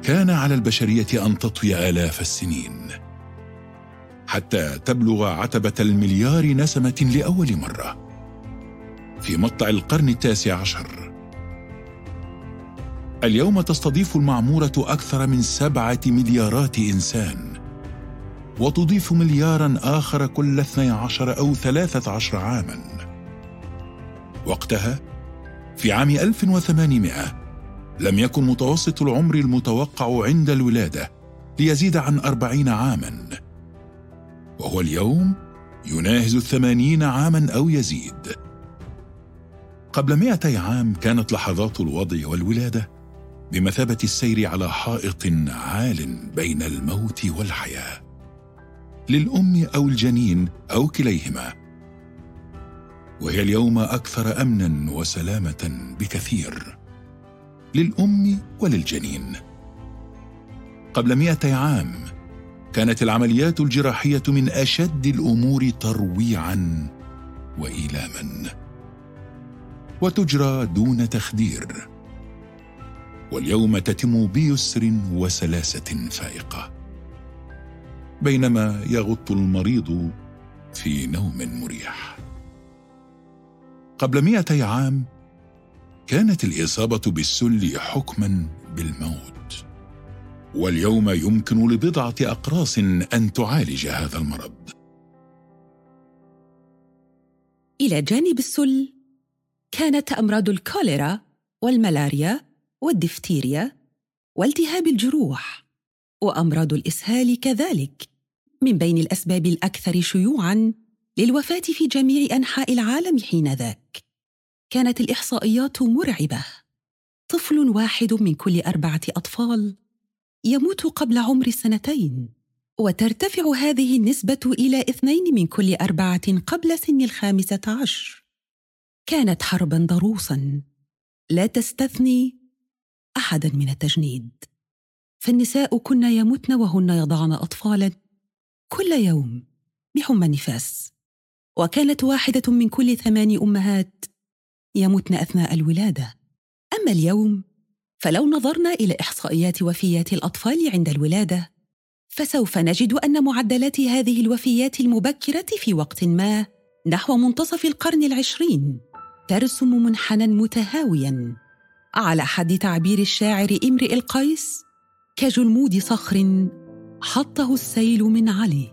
كان على البشرية أن تطوي آلاف السنين حتى تبلغ عتبة المليار نسمة لأول مرة في مقطع القرن 19. اليوم تستضيف المعمورة أكثر من 7 مليارات إنسان، وتضيف ملياراً آخر كل 12 أو 13 عاماً. وقتها في عام 1800 لم يكن متوسط العمر المتوقع عند الولادة ليزيد عن 40 عاماً، وهو اليوم يناهز 80 عاماً أو يزيد. قبل 200 عام كانت لحظات الوضع والولادة بمثابة السير على حائط عال بين الموت والحياة، للأم أو الجنين أو كليهما، وهي اليوم أكثر أمناً وسلامة بكثير للأم وللجنين. قبل 200 عام كانت العمليات الجراحية من أشد الأمور ترويعاً وإيلاماً، وتجرى دون تخدير، واليوم تتم بيسر وسلاسة فائقة بينما يغط المريض في نوم مريح. قبل 200 عام كانت الإصابة بالسل حكماً بالموت، واليوم يمكن لبضعة أقراص أن تعالج هذا المرض. إلى جانب السل كانت أمراض الكوليرا والملاريا والدفتيريا والتهاب الجروح وأمراض الإسهال كذلك من بين الأسباب الأكثر شيوعاً للوفاة في جميع أنحاء العالم حينذاك. كانت الإحصائيات مرعبة: طفل واحد من كل 4 أطفال يموت قبل عمر 2، وترتفع هذه النسبة إلى 2 من كل 4 قبل سن 15. كانت حرباً ضروساً لا تستثني أحداً من التجنيد، فالنساء كن يموتن وهن يضعن أطفالاً كل يوم بحمى النفاس، وكانت 1 من كل 8 أمهات يموتن أثناء الولادة. أما اليوم فلو نظرنا إلى إحصائيات وفيات الأطفال عند الولادة، فسوف نجد أن معدلات هذه الوفيات المبكرة في وقت ما نحو منتصف القرن 20 ترسم منحنى متهاوياً، على حد تعبير الشاعر امرئ القيس: كجلمود صخر حطه السيل من علي.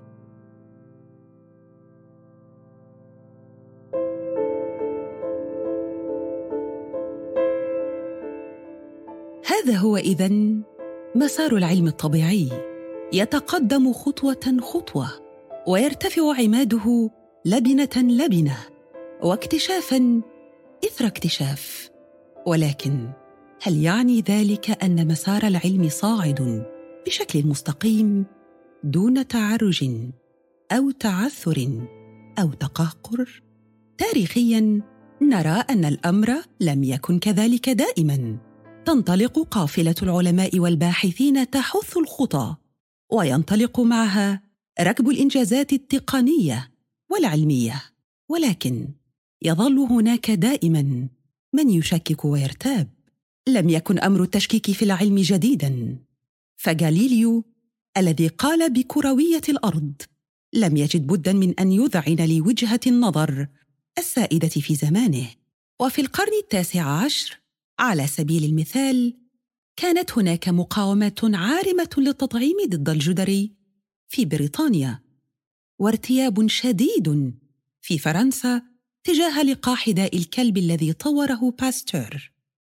هذا هو إذن مسار العلم الطبيعي، يتقدم خطوة خطوة ويرتفع عماده لبنة لبنة واكتشافاً إثر اكتشاف. ولكن هل يعني ذلك أن مسار العلم صاعد بشكل مستقيم دون تعرج أو تعثر أو تقهقر؟ تاريخياً نرى أن الأمر لم يكن كذلك دائماً. تنطلق قافلة العلماء والباحثين تحث الخطى، وينطلق معها ركب الإنجازات التقنية والعلمية، ولكن يظل هناك دائماً من يشكك ويرتاب. لم يكن أمر التشكيك في العلم جديداً، فغاليليو الذي قال بكروية الأرض لم يجد بداً من أن يذعن لوجهة النظر السائدة في زمانه. وفي القرن 19 على سبيل المثال كانت هناك مقاومة عارمة للتطعيم ضد الجدري في بريطانيا، وارتياب شديد في فرنسا تجاه لقاح داء الكلب الذي طوره باستور.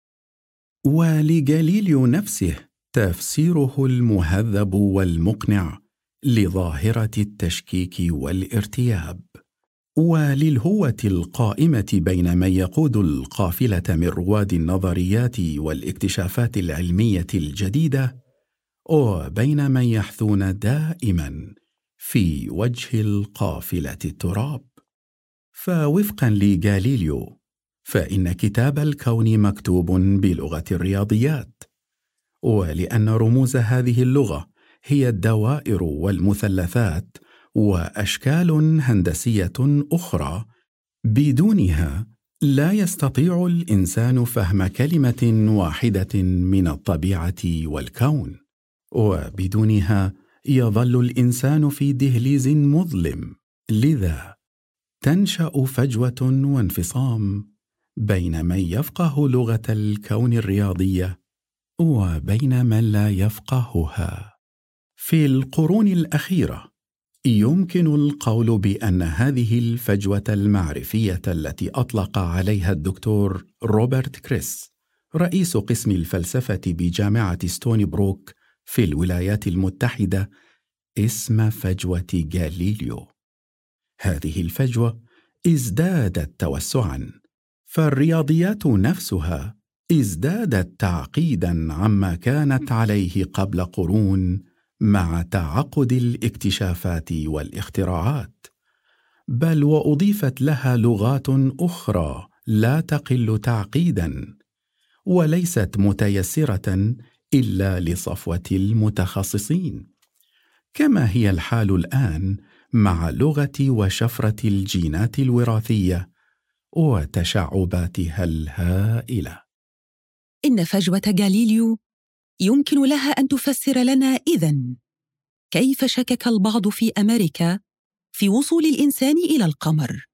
ولغاليليو نفسه تفسيره المهذب والمقنع لظاهرة التشكيك والارتياب، وللهوة القائمة بين من يقود القافلة من رواد النظريات والاكتشافات العلمية الجديدة، وبين من يحثون دائماً في وجه القافلة التراب. فوفقاً لغاليليو فإن كتاب الكون مكتوب بلغة الرياضيات، ولأن رموز هذه اللغة هي الدوائر والمثلثات وأشكال هندسية أخرى، بدونها لا يستطيع الإنسان فهم كلمة واحدة من الطبيعة والكون. وبدونها يظل الإنسان في دهليز مظلم. لذا تنشأ فجوة وانفصام بين من يفقه لغة الكون الرياضية وبين من لا يفقهها. في القرون الأخيرة يمكن القول بأن هذه الفجوة المعرفية التي أطلق عليها الدكتور روبرت كريس رئيس قسم الفلسفة بجامعة ستوني بروك في الولايات المتحدة اسم فجوة غاليليو. هذه الفجوة ازدادت توسعاً، فالرياضيات نفسها ازدادت تعقيداً عما كانت عليه قبل قرون مع تعقد الاكتشافات والاختراعات، بل وأضيفت لها لغات أخرى لا تقل تعقيداً، وليست متيسرة إلا لصفوة المتخصصين، كما هي الحال الآن مع لغة وشفرة الجينات الوراثية وتشعباتها الهائلة. إن فجوة غاليليو يمكن لها أن تفسر لنا إذن كيف شكك البعض في أمريكا في وصول الإنسان إلى القمر،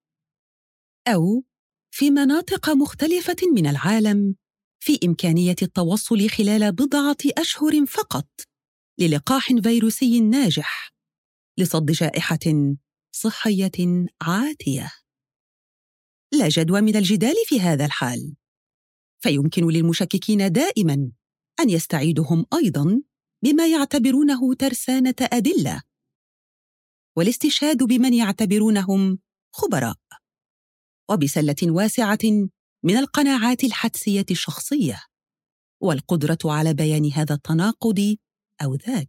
أو في مناطق مختلفة من العالم في إمكانية التوصل خلال بضعة أشهر فقط للقاح فيروسي ناجح لصد جائحة صحية عاتية. لا جدوى من الجدال في هذا الحال، فيمكن للمشككين دائماً أن يستعيدوا هم أيضاً بما يعتبرونه ترسانة أدلة، والاستشهاد بمن يعتبرونهم خبراء، وبسلة واسعة من القناعات الحدسية الشخصية، والقدرة على بيان هذا التناقض أو ذاك.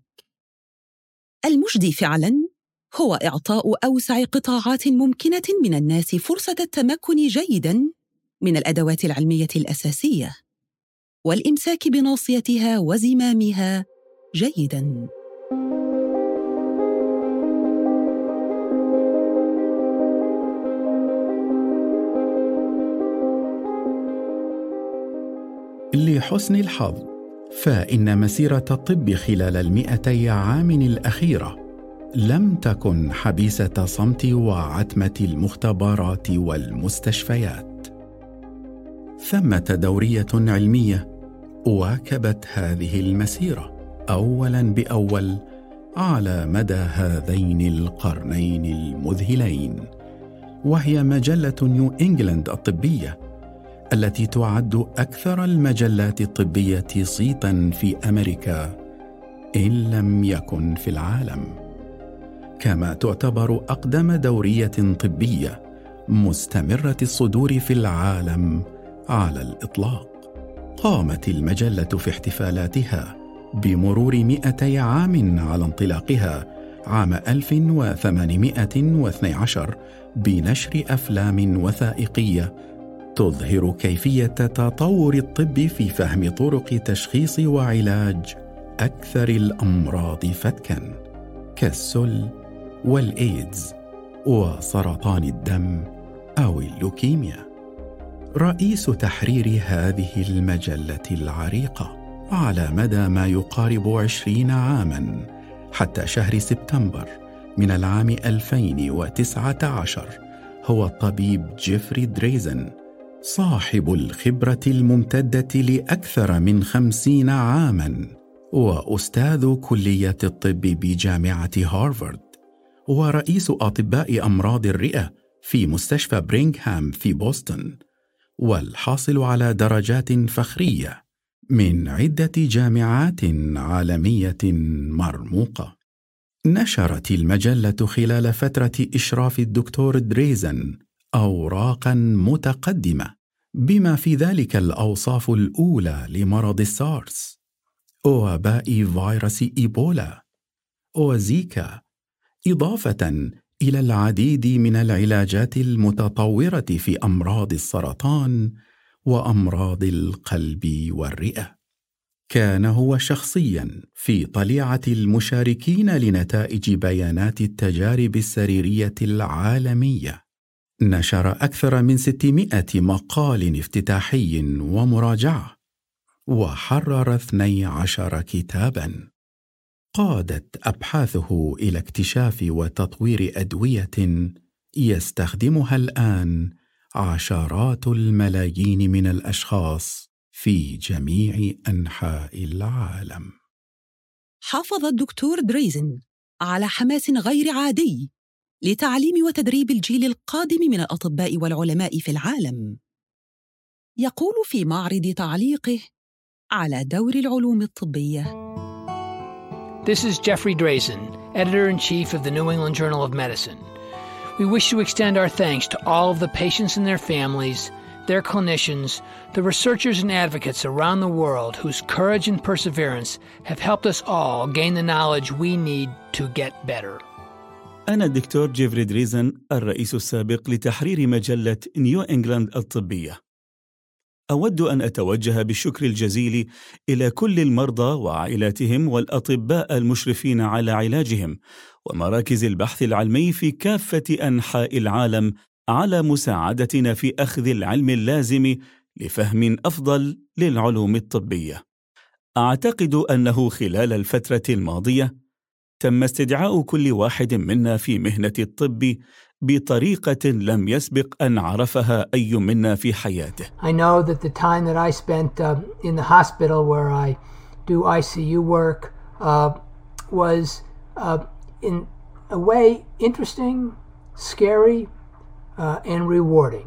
المجدي فعلاً هو إعطاء أوسع قطاعات ممكنة من الناس فرصة التمكن جيداً من الأدوات العلمية الأساسية، والإمساك بناصيتها وزمامها جيداً. لحسن الحظ فإن مسيرة الطب خلال 200 عام الأخيرة لم تكن حبيسة صمت وعتمة المختبرات والمستشفيات. ثمة دورية علمية واكبت هذه المسيرة أولاً بأول على مدى هذين القرنين المذهلين، وهي مجلة نيو إنجلاند الطبية التي تعد أكثر المجلات الطبية صيتاً في أمريكا إن لم يكن في العالم، كما تعتبر أقدم دورية طبية مستمرة الصدور في العالم على الإطلاق. قامت المجلة في احتفالاتها بمرور 200 عام على انطلاقها عام 1812 بنشر أفلام وثائقية تظهر كيفية تطور الطب في فهم طرق تشخيص وعلاج أكثر الأمراض فتكاً كالسل والإيدز وسرطان الدم أو اللوكيميا. رئيس تحرير هذه المجلة العريقة على مدى ما يقارب 20 عاماً حتى شهر سبتمبر من العام 2019 هو الطبيب جيفري دريزن، صاحب الخبرة الممتدة لأكثر من 50 عاماً، وأستاذ كلية الطب بجامعة هارفارد، ورئيس أطباء أمراض الرئة في مستشفى برينغهام في بوسطن، والحاصل على درجات فخرية من عدة جامعات عالمية مرموقة. نشرت المجلة خلال فترة إشراف الدكتور دريزن أوراقاً متقدمة بما في ذلك الأوصاف الأولى لمرض السارس، وباء فيروس إيبولا، وزيكا، إضافة إلى العديد من العلاجات المتطورة في أمراض السرطان وأمراض القلب والرئة. كان هو شخصياً في طليعة المشاركين لنتائج بيانات التجارب السريرية العالمية. نشر أكثر من 600 مقال افتتاحي ومراجعة، وحرر 12 كتاباً. قادت أبحاثه إلى اكتشاف وتطوير أدوية يستخدمها الآن عشرات الملايين من الأشخاص في جميع أنحاء العالم. حافظ الدكتور دريزن على حماس غير عادي لتعليم وتدريب الجيل القادم من الأطباء والعلماء في العالم. يقول في معرض تعليقه على دور العلوم الطبية: This is Jeffrey Drazen, Editor-in-Chief of the New England Journal of Medicine. We wish to extend our thanks to all of the patients and their families, their clinicians, the researchers and advocates around the world whose courage and perseverance have helped us all gain the knowledge we need to get better. أنا الدكتور جيفري دريزن، الرئيس السابق لتحرير مجلة نيو إنجلاند الطبية. أود أن أتوجه بالشكر الجزيل إلى كل المرضى وعائلاتهم والأطباء المشرفين على علاجهم ومراكز البحث العلمي في كافة أنحاء العالم على مساعدتنا في أخذ العلم اللازم لفهم أفضل للعلوم الطبية. أعتقد أنه خلال الفترة الماضية تم استدعاء كل واحد منا في مهنة الطب بطريقة لم يسبق أن عرفها أي منا في حياته. I know that the time that I spent in the hospital where I do ICU work was in a way interesting, scary, and rewarding.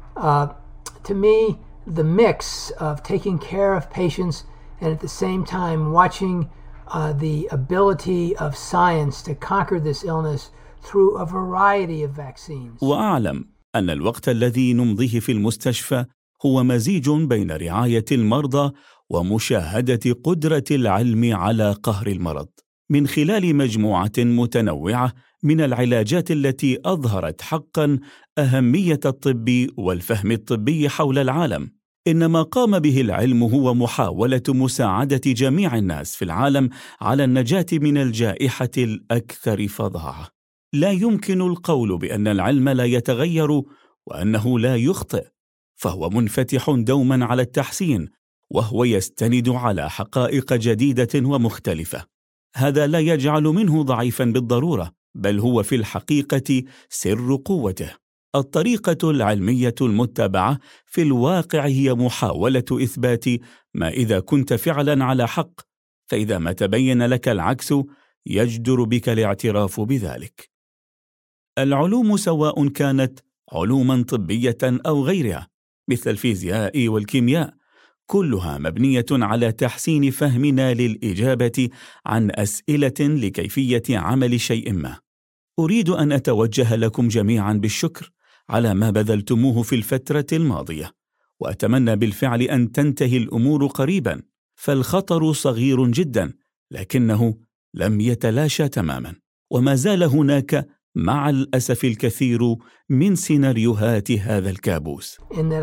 To me, the mix of taking care of patients and at the same time watching the ability of science to conquer this illness through a variety of vaccines. وأعلم أن الوقت الذي نمضيه في المستشفى هو مزيج بين رعاية المرضى ومشاهدة قدرة العلم على قهر المرض من خلال مجموعة متنوعة من العلاجات التي أظهرت حقاً أهمية الطب والفهم الطبي حول العالم. إن ما قام به العلم هو محاولة مساعدة جميع الناس في العالم على النجاة من الجائحة الأكثر فظاعة. لا يمكن القول بأن العلم لا يتغير وأنه لا يخطئ، فهو منفتح دوما على التحسين، وهو يستند على حقائق جديدة ومختلفة. هذا لا يجعل منه ضعيفا بالضرورة، بل هو في الحقيقة سر قوته. الطريقة العلمية المتبعة في الواقع هي محاولة إثبات ما إذا كنت فعلا على حق، فإذا ما تبين لك العكس يجدر بك الاعتراف بذلك. العلوم سواء كانت علوما طبية أو غيرها مثل الفيزياء والكيمياء كلها مبنية على تحسين فهمنا للإجابة عن أسئلة لكيفية عمل شيء ما. أريد أن أتوجه لكم جميعا بالشكر على ما بذلتموه في الفترة الماضية، وأتمنى بالفعل أن تنتهي الأمور قريبا، فالخطر صغير جدا لكنه لم يتلاشى تماما، وما زال هناك مع الأسف الكثير من سيناريوهات هذا الكابوس.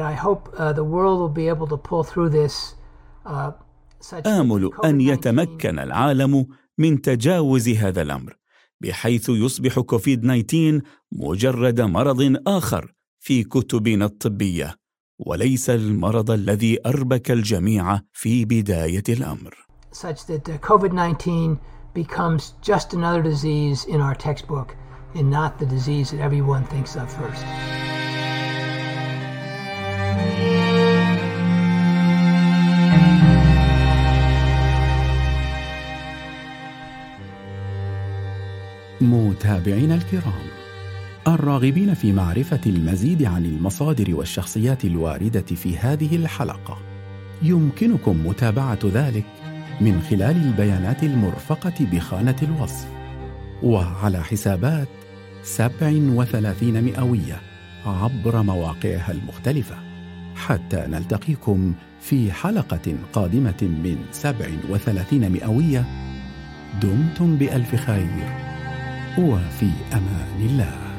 آمل أن يتمكن العالم من تجاوز هذا الأمر، بحيث يصبح كوفيد-19 مجرد مرض آخر في كتبنا الطبية، وليس المرض الذي أربك الجميع في بداية الأمر. Such that COVID-19 becomes just another disease in our textbook and not the disease that everyone thinks of first. متابعينا الكرام، الراغبين في معرفة المزيد عن المصادر والشخصيات الواردة في هذه الحلقة يمكنكم متابعة ذلك من خلال البيانات المرفقة بخانة الوصف وعلى حسابات 37 مئوية عبر مواقعها المختلفة. حتى نلتقيكم في حلقة قادمة من 37 مئوية، دمتم بألف خير وفي أمان الله.